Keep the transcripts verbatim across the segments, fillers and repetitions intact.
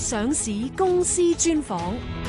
上市公司專訪。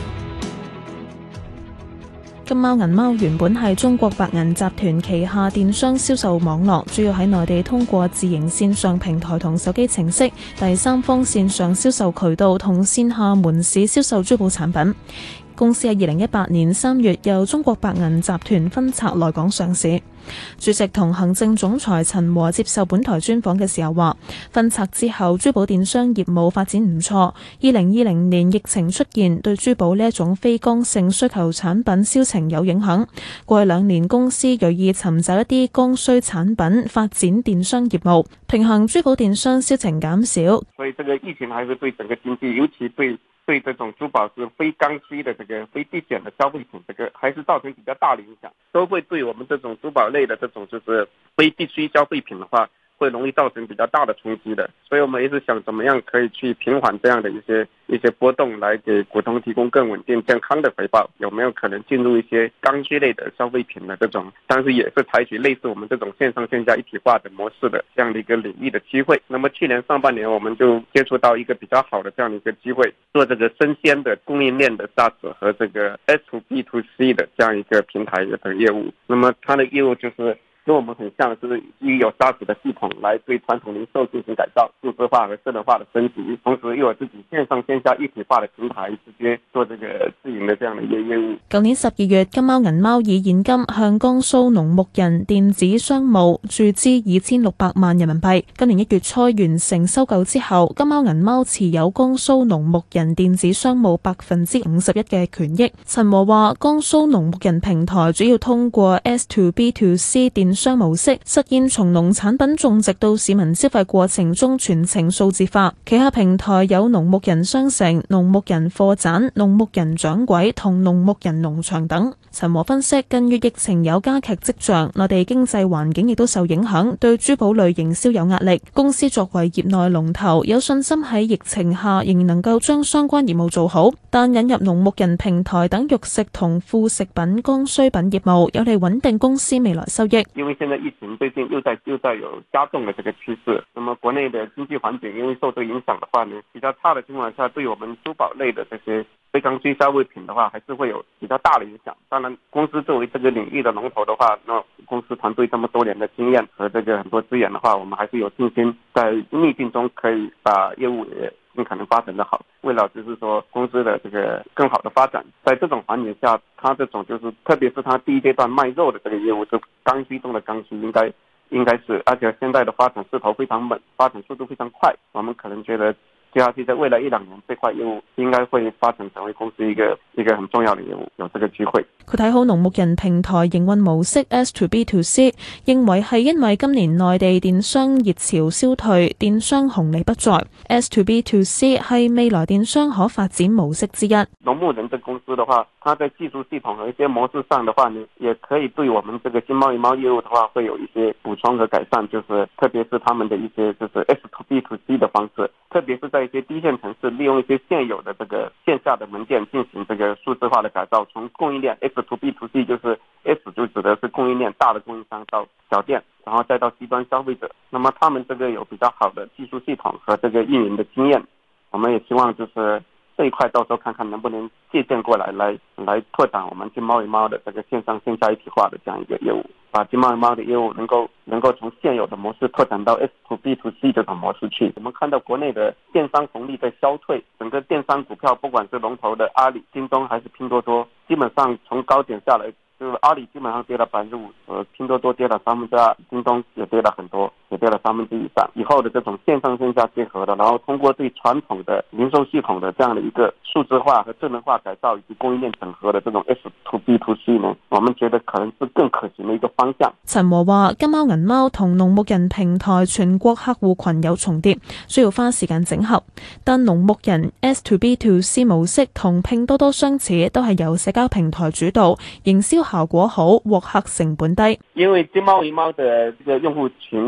金貓銀貓原本係中國白銀集團旗下電商銷售網絡，主要喺內地通過自營線上平台同手機程式、第三方線上銷售渠道同線下門市銷售珠寶產品。公司喺二零一八年三月由中國白銀集團分拆來港上市。主席同行政總裁陳和接受本台專訪嘅時候話，分拆之後珠寶電商業務發展唔錯。二零二零年疫情出現，對珠寶呢一種非剛性需求產品銷情有影響。過去兩年公司銳意尋找一啲剛需產品發展電商業務，平衡珠寶電商銷情減少。 所以這個疫情還是對整個經濟，尤其對對這種珠寶是非剛需的這個非必選的消費品，這個還是造成比較大的影響，都會對我們這種珠寶類的這種就是非必需消費品的話，會容易造成比較大的衝擊的。所以我們一直想怎麼樣可以去平緩這樣的一些一些波動，來給股東提供更穩定健康的回報。有沒有可能進入一些剛需類的消費品的這種，但是也是採取類似我們這種線上線下一體化的模式的這樣的一個領域的機會。那麼去年上半年我們就接觸到一個比較好的這樣的一個機會，做這個生鮮的供應鏈的 SaaS 和這個 S to B to C 的這樣一個平台的業務。那麼它的業務就是跟我們很像，是基於有 SaaS 的系統來對傳統零售進行改造、數字化和智能化的升級，同時又有自己線上線下一體化的平台，直接做這個自營的這樣的一個業務。 舊年十二月，金貓銀貓以現金向江蘇農牧人電子商務注資二千六百萬人民幣。今年一月初完成收購之後，金貓銀貓持有江蘇農牧人電子商務百分之五十一嘅權益。陳和話，江蘇農牧人平台主要通過 S to B to C 電商模式，實現從農產品種植到市民消費過程中全程數字化。旗下平台有農牧人商城、農牧人貨棧、農牧人掌櫃同農牧人農場等。陳和分析，近月疫情有加劇跡象，內地經濟環境亦都受影響，對珠寶類營銷有壓力。公司作為業內龍頭，有信心喺疫情下仍然能夠將相關業務做好，但引入農牧人平台等肉食同副食品剛需品業務，有利穩定公司未來收益。 因為現在疫情最近又在又在有加重的這個趨勢，那麼國內的經濟環境因為受這個影響的話呢，比較差的情況下，對我們珠寶類的這些非剛需消費品的話，還是會有比較大的影響。當然，公司作為這個領域的龍頭的話，那公司團隊這麼多年的經驗和這個很多資源的話，我們還是有信心在逆境中可以把業務也盡可能發展得好。為了就是說公司的這個更好的發展，在這種環境下，它這種就是特別是它第一階段賣肉的這個業務，是剛需中的剛需，應該應該是，而且現在的發展勢頭非常猛，發展速度非常快，我們可能覺得接下去在未來一兩年，這塊業務應該會發展成為公司一個一個很重要的業務，有這個機會。 佢睇好農牧人平台營運模式 S to B to C， 認為係因為今年內地電商熱潮消退，電商紅利不再。S to B to C 係未來電商可發展模式之一。 農牧人這公司的話，它在技術系統和一些模式上的話呢，也可以對我們這個金貓銀貓業務的話，會有一些補充和改善，就是特別是他們的一些就是 S to B to C 的方式，特別是在一些低線城市，利用一些現有的這個線下的門店進行這個數字化的改造，從供應鏈 S to B to C， 就是 S 就指的是供應鏈大的供應商到小店，然後再到低端消費者。那麼他們這個有比較好的技術系統和這個運營的經驗，我們也希望就是這一塊到時候看看能不能借鑑過來，來來拓展我們金貓銀貓的這個線上線下一體化的這樣一個業務，把金貓銀貓的業務能夠能夠從現有的模式拓展到 S to B to C 這種模式去。我們看到國內的電商紅利在消退，整個電商股票不管是龍頭的阿里、京東還是拼多多，基本上從高點下來，就是阿里基本上跌了百分之五十，拼多多跌了三分之二，京東也跌了很多，也跌了三分之一以上。以後的這種線上線下結合的，然後通過對傳統的零售系統的這樣的一個數字化和智能化改造以及供應鏈整合的這種 S to B to C 呢，我們覺得可能是更可行的一個方向。 陳和話：金貓銀貓同農牧人平台全國客戶群有重疊，需要花時間整合。但農牧人 S to B to C 模式同拼多多相似，都係由社交平台主導，營銷效果好，獲客成本低。 因為金貓銀貓的這個用戶群跟農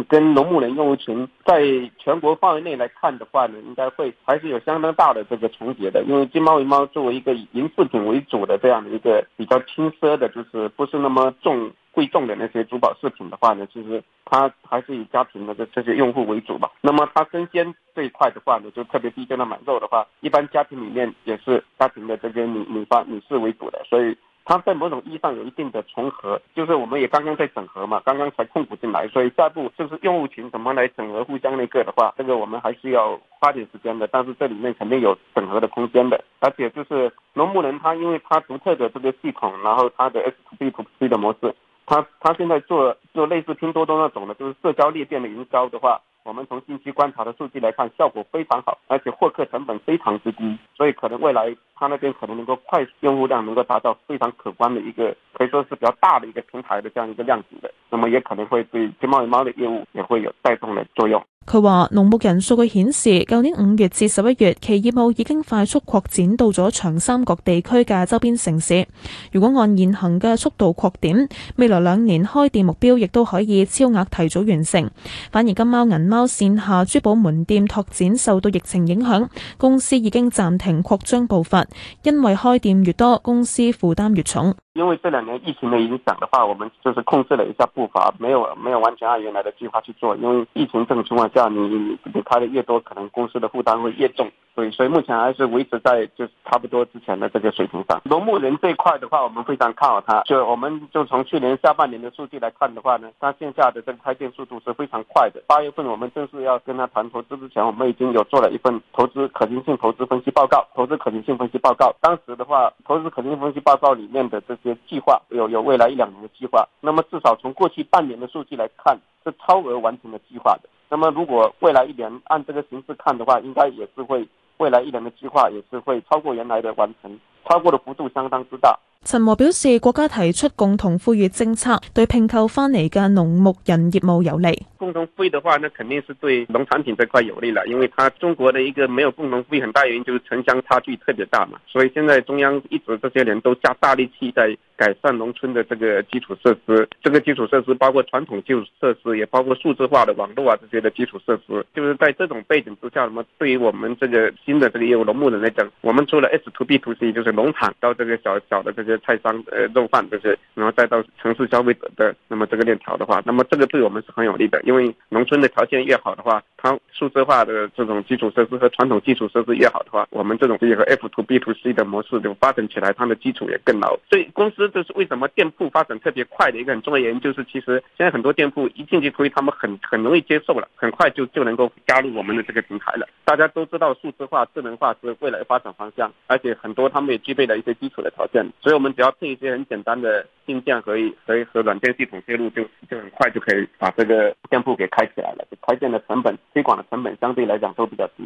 农牧人用户群在全国范围内来看的话呢，应该会还是有相当大的这个重叠的。因为金猫银猫作为一个以银饰品为主的这样的一个比较轻奢的，就是不是那么重贵重的那些珠宝饰品的话呢，其实它还是以家庭的这些用户为主吧。那么它生鲜这一块的话呢，就特别低阶的买肉的话，一般家庭里面也是家庭的这个女女方女士为主的，所以它在某种意义上有一定的重合，就是我们也刚刚在整合嘛，刚刚才控股进来，所以下一步就是用户群怎么来整合互相那个的话，这个我们还是要花点时间的，但是这里面肯定有整合的空间的。而且就是农牧人他因为他独特的这个系统，然后他的 S to B to C 的模式，他他现在做做类似拼多多那种的，就是社交裂变的营销的话，我们从近期观察的数据来看，效果非常好，而且获客成本非常之低，所以可能未来他那边可能能够快速用户量能够达到非常可观的一个，可以说是比较大的一个平台的这样一个量级的，那么也可能會對金貓銀貓的業務也會有帶動的作用。 佢話農牧人數據顯示，舊年五月至十一月，其業務已經快速擴展到咗長三角地區嘅周邊城市。如果按現行嘅速度擴點，未來兩年開店目標亦都可以超額提早完成。反而金貓銀貓線下珠寶門店拓展受到疫情影響，公司已經暫停擴張步伐，因為開店越多，公司負擔越重。 因为这两年疫情的影响的话，我们就是控制了一下步伐，没有没有完全按原来的计划去做。因为疫情这种情况下，你你你开的越多，可能公司的负担会越重。所以所以目前还是维持在就是差不多之前的这个水平上。农牧人这一块的话，我们非常看好它。就我们就从去年下半年的数据来看的话呢，它线下的这个开店速度是非常快的。八月份我们正式要跟他谈投资之前，我们已经有做了一份投资可行性投资分析报告。投资可行性分析报告，当时的话，投资可行性分析报告里面的这些计划有有未来一两年的计划。那么至少从过去半年的数据来看，是超额完成的计划的。那么如果未来一年按这个形式看的话，应该也是会未來一年嘅計劃也是會超過原來嘅完成，超過嘅幅度相當之大。 陳和表示，國家提出共同富裕政策，對併購翻嚟嘅農牧人業務有利。 共同富裕的話，那肯定是對農產品這塊有利了，因為它中國的一個沒有共同富裕很大原因就是城鄉差距特別大嘛，所以現在中央一直這些年都下大力氣在改善農村的這個基礎設施，這個基礎設施包括傳統基礎設施，也包括數字化的網絡啊這些的基礎設施。就是在這種背景之下，那麼對於我們這個新的這個業務農牧人來講，我們除了 S to B to C， 就是農場到這個小小的這些菜商、呃肉販這些，然後再到城市消費者的，那麼這個鏈條的話，那麼這個對我們是很有利的，因為農村的條件越好的話，它數字化的這種基礎設施和傳統基礎設施越好的話，我們這種這個 F to B to C 的模式就發展起來，它的基礎也更牢。所以公司這是為什麼店鋪發展特別快的一個很重要原因，就是其實現在很多店鋪一進去推，他們很很容易接受了，很快就就能夠加入我們的這個平台了。大家都知道數字化、智能化是未來發展方向，而且很多他們也具備了一些基礎的條件，所以我們只要配一些很簡單的硬件和和和軟件系統接入，就就很快就可以把這個店鋪給開起來了。開店的成本、推廣的成本相對來講都比較低。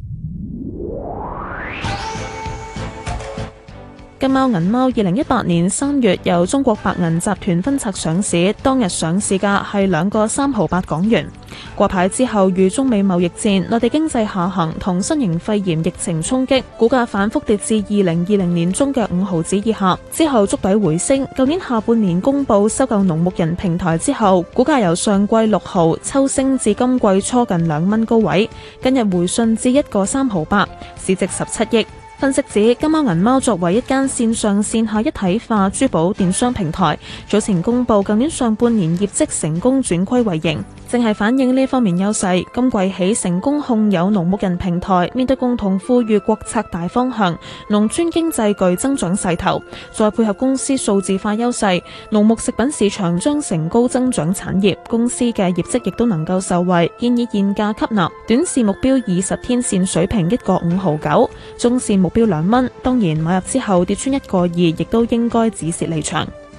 金貓銀貓二零一八年三月由中國白銀集團分拆上市，當日上市價係兩個三毫八港元。掛牌之後遇中美貿易戰、內地經濟下行同新型肺炎疫情衝擊，股價反覆跌至二零二零年中嘅五毫子以下，之後築底回升。舊年下半年公佈收購農牧人平台之後，股價由上季六毫抽升至今季初近兩蚊高位，近日回順至一個三毫八，市值十七億。分析指，金貓銀貓作為一間線上線下一體化珠寶電商平台，早前公佈舊年上半年業績成功轉虧為盈，正係反映呢方面優勢。今季起成功控有農牧人平台，面對共同富裕國策大方向，農村經濟具增長勢頭，再配合公司數字化優勢，農牧食品市場將成高增長產業，公司嘅業績亦都能夠受惠，建議現價吸納，短線目標以十天線水平一個五毫九，中線目標兩蚊，當然買入之後跌穿一個二，亦都應該止蝕離場。